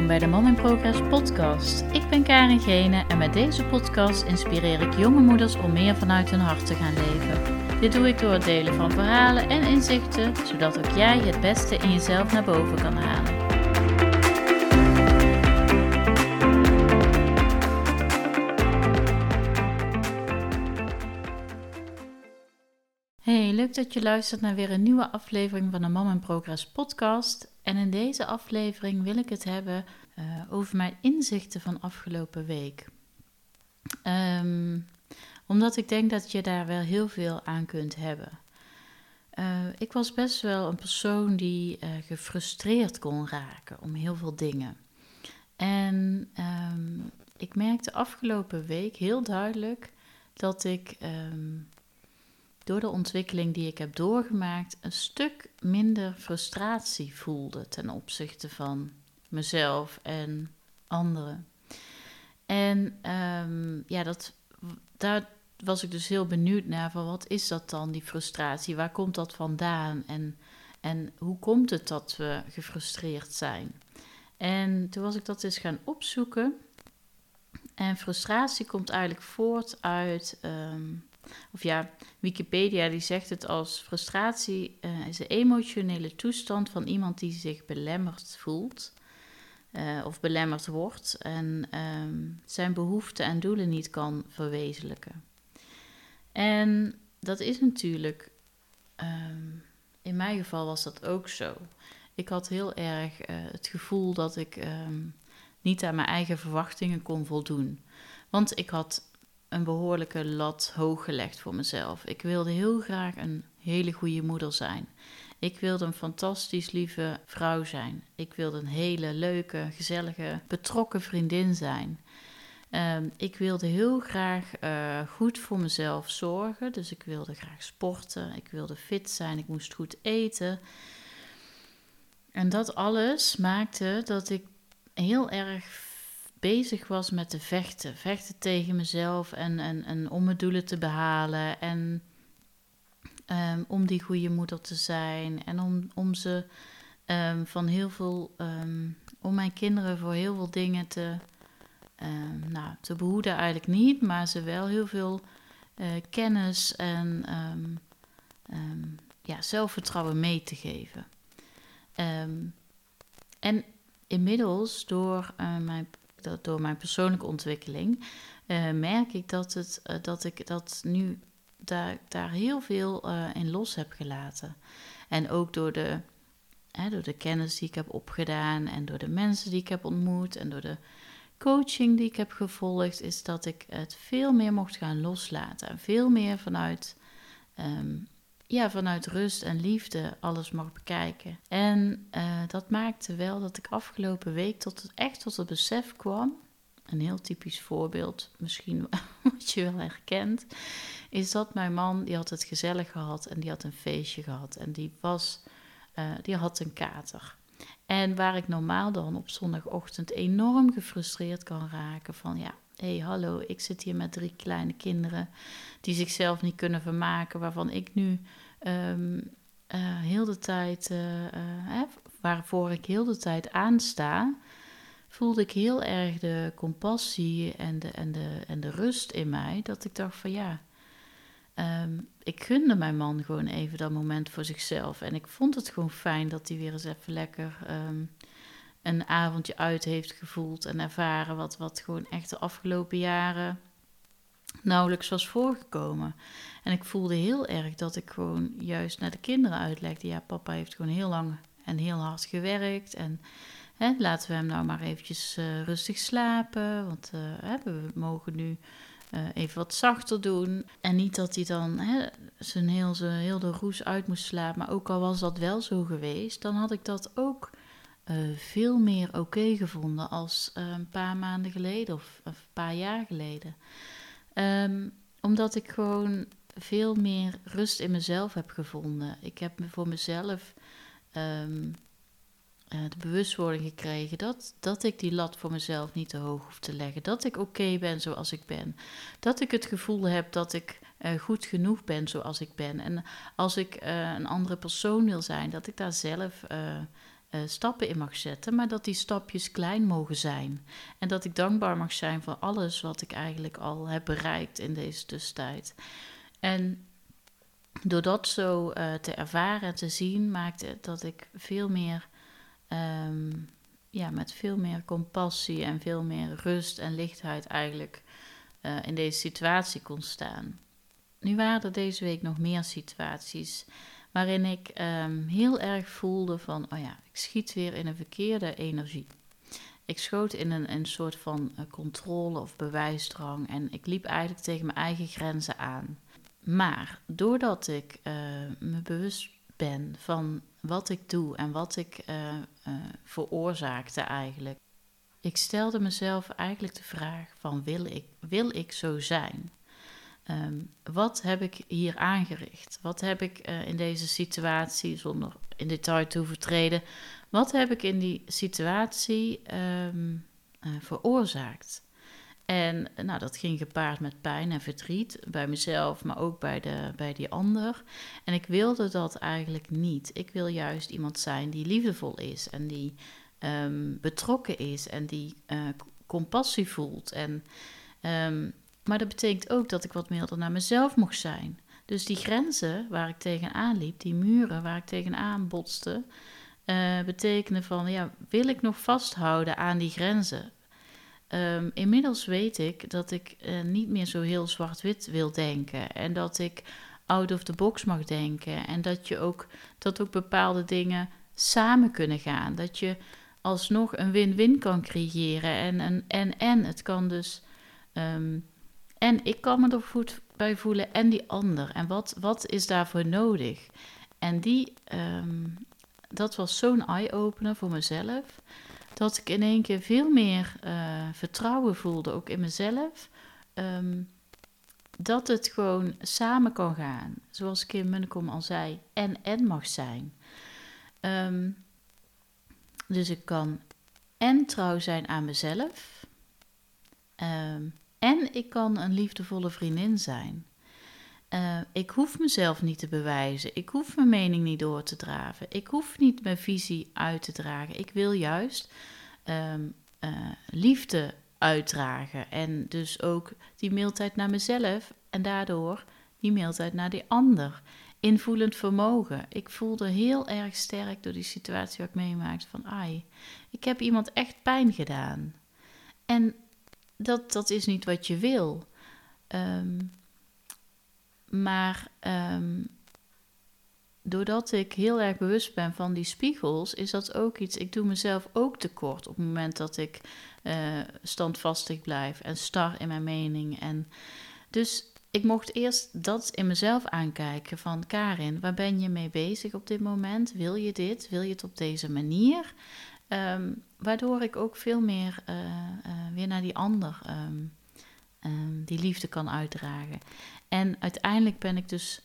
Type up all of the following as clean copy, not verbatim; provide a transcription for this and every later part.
bij de Mom in Progress podcast. Ik ben Karin Gene en met deze podcast inspireer ik jonge moeders om meer vanuit hun hart te gaan leven. Dit doe ik door het delen van verhalen en inzichten, zodat ook jij het beste in jezelf naar boven kan halen. Hey, leuk dat je luistert naar weer een nieuwe aflevering van de Mom in Progress podcast. En in deze aflevering wil ik het hebben over mijn inzichten van afgelopen week. Omdat ik denk dat je daar wel heel veel aan kunt hebben. Ik was best wel een persoon die gefrustreerd kon raken om heel veel dingen. En ik merkte afgelopen week heel duidelijk dat ik door de ontwikkeling die ik heb doorgemaakt een stuk minder frustratie voelde ten opzichte van mezelf en anderen. En daar was ik dus heel benieuwd naar van wat is dat dan, die frustratie? Waar komt dat vandaan? En hoe komt het dat we gefrustreerd zijn? En toen was ik dat eens gaan opzoeken. En frustratie komt eigenlijk voort uit... Wikipedia die zegt het als frustratie is een emotionele toestand van iemand die zich belemmerd voelt of belemmerd wordt en zijn behoeften en doelen niet kan verwezenlijken. En dat is natuurlijk, in mijn geval was dat ook zo. Ik had heel erg het gevoel dat ik niet aan mijn eigen verwachtingen kon voldoen. Want ik had een behoorlijke lat hoog gelegd voor mezelf. Ik wilde heel graag een hele goede moeder zijn. Ik wilde een fantastisch lieve vrouw zijn. Ik wilde een hele leuke, gezellige, betrokken vriendin zijn. Ik wilde heel graag goed voor mezelf zorgen. Dus ik wilde graag sporten. Ik wilde fit zijn. Ik moest goed eten. En dat alles maakte dat ik heel erg bezig was met te vechten. Vechten tegen mezelf en om mijn doelen te behalen. En om die goede moeder te zijn. En om ze van heel veel... om mijn kinderen voor heel veel dingen te behoeden eigenlijk niet. Maar ze wel heel veel kennis en zelfvertrouwen mee te geven. En inmiddels door mijn persoonlijke ontwikkeling merk ik dat ik dat nu daar heel veel in los heb gelaten. En ook door de kennis die ik heb opgedaan en door de mensen die ik heb ontmoet en door de coaching die ik heb gevolgd, is dat ik het veel meer mocht gaan loslaten. En veel meer vanuit rust en liefde alles mag bekijken. En dat maakte wel dat ik afgelopen week tot het besef kwam. Een heel typisch voorbeeld, misschien wat je wel herkent, is dat mijn man, die had het gezellig gehad en die had een feestje gehad. En die had een kater. En waar ik normaal dan op zondagochtend enorm gefrustreerd kan raken van hallo, ik zit hier met 3 kleine kinderen die zichzelf niet kunnen vermaken, waarvan ik nu heel de tijd, waarvoor ik heel de tijd aansta, voelde ik heel erg de compassie en de rust in mij, dat ik dacht van ik gunde mijn man gewoon even dat moment voor zichzelf. En ik vond het gewoon fijn dat hij weer eens even lekker een avondje uit heeft gevoeld en ervaren wat gewoon echt de afgelopen jaren nauwelijks was voorgekomen. En ik voelde heel erg dat ik gewoon juist naar de kinderen uitlegde. Ja, papa heeft gewoon heel lang en heel hard gewerkt. En laten we hem nou maar eventjes rustig slapen. Want we mogen nu even wat zachter doen. En niet dat hij dan zijn heel de roes uit moest slapen. Maar ook al was dat wel zo geweest, dan had ik dat ook veel meer oké gevonden als een paar maanden geleden of een paar jaar geleden. Omdat ik gewoon veel meer rust in mezelf heb gevonden. Ik heb voor mezelf de bewustwording gekregen dat ik die lat voor mezelf niet te hoog hoef te leggen. Dat ik oké ben zoals ik ben. Dat ik het gevoel heb dat ik goed genoeg ben zoals ik ben. En als ik een andere persoon wil zijn, dat ik daar zelf stappen in mag zetten, maar dat die stapjes klein mogen zijn. En dat ik dankbaar mag zijn voor alles wat ik eigenlijk al heb bereikt in deze tussentijd. En door dat zo te ervaren en te zien, maakte het dat ik veel meer, met veel meer compassie en veel meer rust en lichtheid eigenlijk in deze situatie kon staan. Nu waren er deze week nog meer situaties waarin ik heel erg voelde van, ik schiet weer in een verkeerde energie. Ik schoot in een soort van controle of bewijsdrang en ik liep eigenlijk tegen mijn eigen grenzen aan. Maar doordat ik me bewust ben van wat ik doe en wat ik veroorzaakte eigenlijk. Ik stelde mezelf eigenlijk de vraag van wil ik zo zijn? Wat heb ik hier aangericht? Wat heb ik in deze situatie, zonder in detail te hoeven treden, wat heb ik in die situatie veroorzaakt? En dat ging gepaard met pijn en verdriet bij mezelf, maar ook bij die ander. En ik wilde dat eigenlijk niet. Ik wil juist iemand zijn die liefdevol is en die betrokken is en die compassie voelt. Maar dat betekent ook dat ik wat milder naar mezelf mocht zijn. Dus die grenzen waar ik tegenaan liep, die muren waar ik tegenaan botste, betekenen van, wil ik nog vasthouden aan die grenzen? Inmiddels weet ik dat ik niet meer zo heel zwart-wit wil denken. En dat ik out of the box mag denken. En dat ook bepaalde dingen samen kunnen gaan. Dat je alsnog een win-win kan creëren. En het kan dus... en ik kan me er goed bij voelen en die ander. En wat is daarvoor nodig? En dat was zo'n eye-opener voor mezelf, dat ik in één keer veel meer vertrouwen voelde, ook in mezelf, dat het gewoon samen kan gaan. Zoals Kim Munnekom al zei, en mag zijn. Dus ik kan en trouw zijn aan mezelf, en ik kan een liefdevolle vriendin zijn. Ik hoef mezelf niet te bewijzen. Ik hoef mijn mening niet door te draven. Ik hoef niet mijn visie uit te dragen. Ik wil juist liefde uitdragen. En dus ook die mildheid naar mezelf. En daardoor die mildheid naar die ander. Invoelend vermogen. Ik voelde heel erg sterk door die situatie wat ik meemaakte. Van ik heb iemand echt pijn gedaan. En dat is niet wat je wil. Maar doordat ik heel erg bewust ben van die spiegels, is dat ook iets. Ik doe mezelf ook tekort op het moment dat ik standvastig blijf en star in mijn mening. En dus ik mocht eerst dat in mezelf aankijken van Karin, waar ben je mee bezig op dit moment? Wil je dit? Wil je het op deze manier? Waardoor ik ook veel meer weer naar die ander die liefde kan uitdragen. En uiteindelijk ben ik dus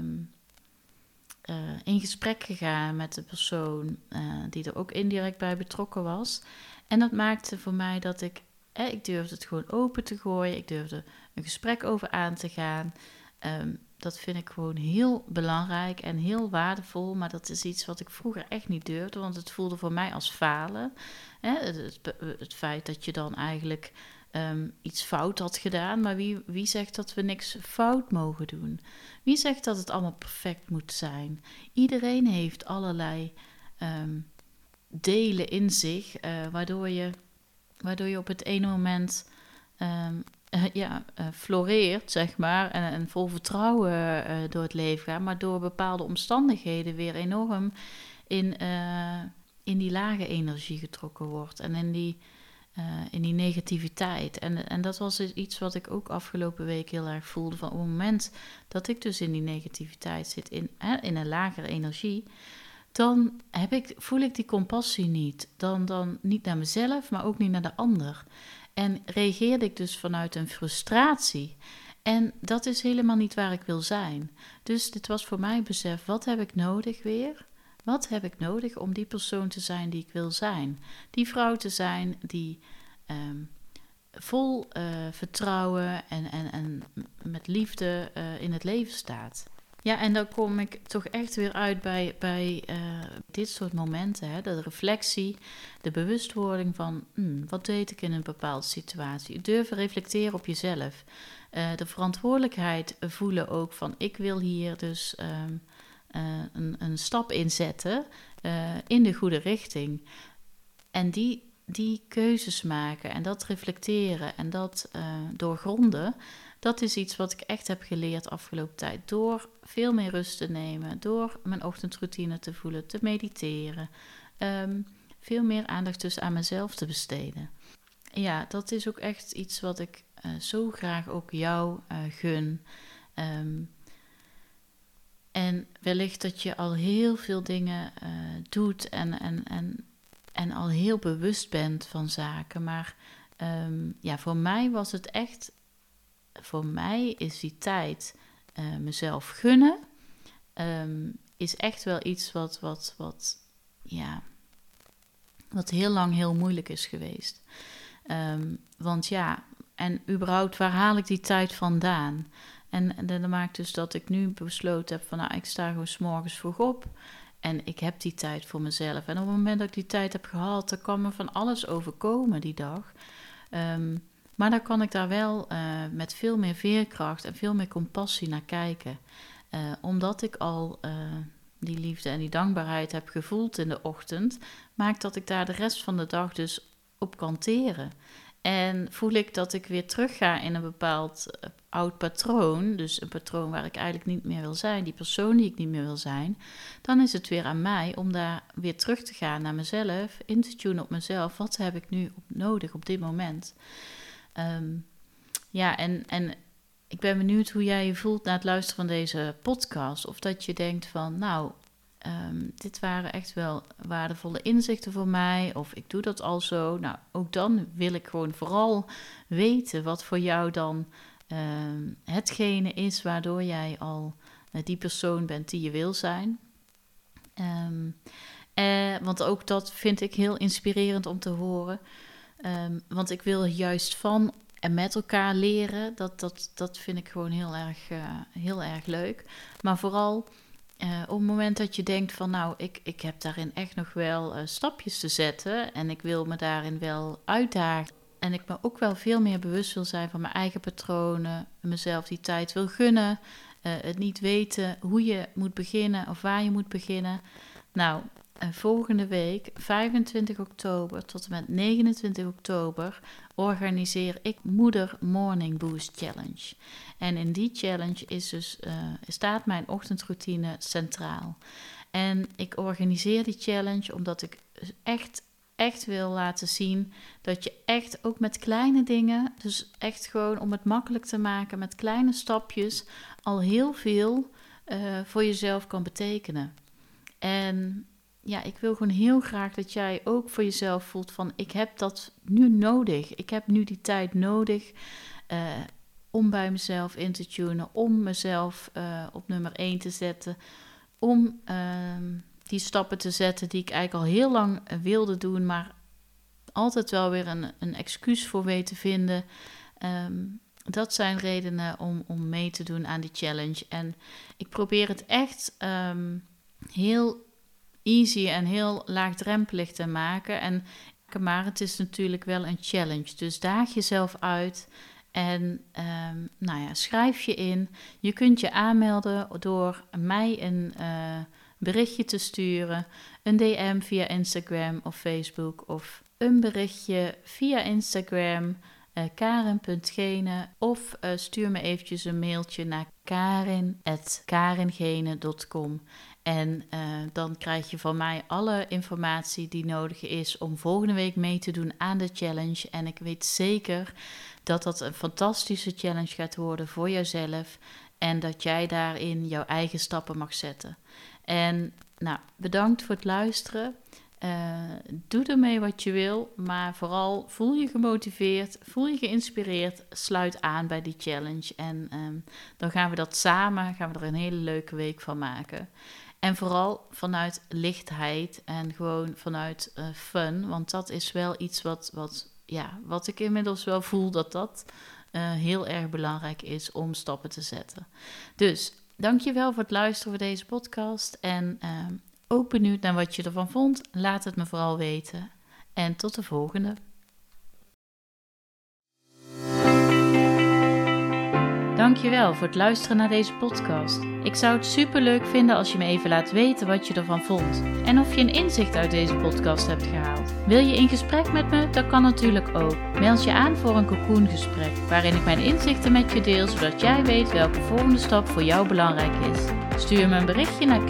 in gesprek gegaan met de persoon die er ook indirect bij betrokken was. En dat maakte voor mij dat ik durfde het gewoon open te gooien. Ik durfde een gesprek over aan te gaan. Dat vind ik gewoon heel belangrijk en heel waardevol. Maar dat is iets wat ik vroeger echt niet durfde, want het voelde voor mij als falen. Het feit dat je dan eigenlijk iets fout had gedaan. Maar wie zegt dat we niks fout mogen doen? Wie zegt dat het allemaal perfect moet zijn? Iedereen heeft allerlei delen in zich, waardoor je op het ene moment floreert, zeg maar, en vol vertrouwen door het leven gaat, maar door bepaalde omstandigheden weer enorm in die lage energie getrokken wordt en in die negativiteit. En dat was iets wat ik ook afgelopen week heel erg voelde, van op het moment dat ik dus in die negativiteit zit, in een lagere energie, dan voel ik die compassie niet. Dan niet naar mezelf, maar ook niet naar de ander. En reageerde ik dus vanuit een frustratie. En dat is helemaal niet waar ik wil zijn. Dus dit was voor mij besef, wat heb ik nodig weer? Wat heb ik nodig om die persoon te zijn die ik wil zijn? Die vrouw te zijn die vol vertrouwen en met liefde in het leven staat. Ja, en dan kom ik toch echt weer uit bij dit soort momenten. Hè? De reflectie, de bewustwording van wat deed ik in een bepaalde situatie. Durven reflecteren op jezelf. De verantwoordelijkheid voelen ook van ik wil hier dus een stap inzetten in de goede richting. En die keuzes maken en dat reflecteren en dat doorgronden, dat is iets wat ik echt heb geleerd afgelopen tijd. Door veel meer rust te nemen, door mijn ochtendroutine te voelen, te mediteren. Veel meer aandacht dus aan mezelf te besteden. Ja, dat is ook echt iets wat ik zo graag ook jou gun. En wellicht dat je al heel veel dingen doet en al heel bewust bent van zaken. Maar voor mij was het echt, voor mij is die tijd mezelf gunnen, is echt wel iets wat heel lang heel moeilijk is geweest. Want ja, en überhaupt, waar haal ik die tijd vandaan? En dat maakt dus dat ik nu besloten heb van, nou, ik sta gewoon 's morgens vroeg op en ik heb die tijd voor mezelf. En op het moment dat ik die tijd heb gehad, dan kan me van alles overkomen die dag. Maar dan kan ik daar wel met veel meer veerkracht en veel meer compassie naar kijken. Omdat ik al die liefde en die dankbaarheid heb gevoeld in de ochtend, maakt dat ik daar de rest van de dag dus op kan teren. En voel ik dat ik weer terug ga in een bepaald oud patroon, dus een patroon waar ik eigenlijk niet meer wil zijn, die persoon die ik niet meer wil zijn, dan is het weer aan mij om daar weer terug te gaan naar mezelf, in te tunen op mezelf. Wat heb ik nu nodig op dit moment? En ik ben benieuwd hoe jij je voelt na het luisteren van deze podcast. Of dat je denkt van, nou, dit waren echt wel waardevolle inzichten voor mij. Of ik doe dat al zo. Nou, ook dan wil ik gewoon vooral weten wat voor jou dan hetgene is waardoor jij al die persoon bent die je wil zijn. Want ook dat vind ik heel inspirerend om te horen. Want ik wil juist van en met elkaar leren. Dat vind ik gewoon heel erg leuk. Maar vooral op het moment dat je denkt van, nou, ik heb daarin echt nog wel stapjes te zetten. En ik wil me daarin wel uitdagen. En ik me ook wel veel meer bewust wil zijn van mijn eigen patronen. Mezelf die tijd wil gunnen. Het niet weten hoe je moet beginnen of waar je moet beginnen. Nou, volgende week, 25 oktober tot en met 29 oktober, organiseer ik Moeder Morning Boost Challenge. En in die challenge staat mijn ochtendroutine centraal. En ik organiseer die challenge omdat ik echt wil laten zien dat je echt ook met kleine dingen, dus echt gewoon om het makkelijk te maken met kleine stapjes, al heel veel voor jezelf kan betekenen. En ja, ik wil gewoon heel graag dat jij ook voor jezelf voelt van, ik heb dat nu nodig. Ik heb nu die tijd nodig om bij mezelf in te tunen, om mezelf op nummer 1 te zetten, om die stappen te zetten die ik eigenlijk al heel lang wilde doen, maar altijd wel weer een excuus voor weet te vinden. Dat zijn redenen om mee te doen aan die challenge. En ik probeer het echt heel easy en heel laagdrempelig te maken. Maar het is natuurlijk wel een challenge. Dus daag jezelf uit en schrijf je in. Je kunt je aanmelden door mij een berichtje te sturen, een DM via Instagram of Facebook of een berichtje via Instagram, Karen.Gene, of stuur me eventjes een mailtje naar karin@karengene.com. En dan krijg je van mij alle informatie die nodig is om volgende week mee te doen aan de challenge. En ik weet zeker dat dat een fantastische challenge gaat worden voor jezelf. En dat jij daarin jouw eigen stappen mag zetten. En nou, bedankt voor het luisteren. Doe ermee wat je wil, maar vooral voel je gemotiveerd, voel je geïnspireerd, sluit aan bij die challenge. En dan gaan we dat samen, gaan we er een hele leuke week van maken. En vooral vanuit lichtheid en gewoon vanuit fun, want dat is wel iets wat ik inmiddels wel voel dat heel erg belangrijk is om stappen te zetten. Dus Dankjewel voor het luisteren voor deze podcast. En ook benieuwd naar wat je ervan vond. Laat het me vooral weten. En tot de volgende. Dankjewel voor het luisteren naar deze podcast. Ik zou het super leuk vinden als je me even laat weten wat je ervan vond. En of je een inzicht uit deze podcast hebt gehaald. Wil je in gesprek met me? Dat kan natuurlijk ook. Meld je aan voor een cocoongesprek, waarin ik mijn inzichten met je deel, zodat jij weet welke volgende stap voor jou belangrijk is. Stuur me een berichtje naar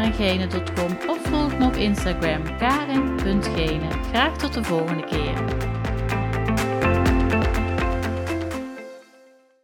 karen@karengene.com of volg me op Instagram, karen.gene. Graag tot de volgende keer.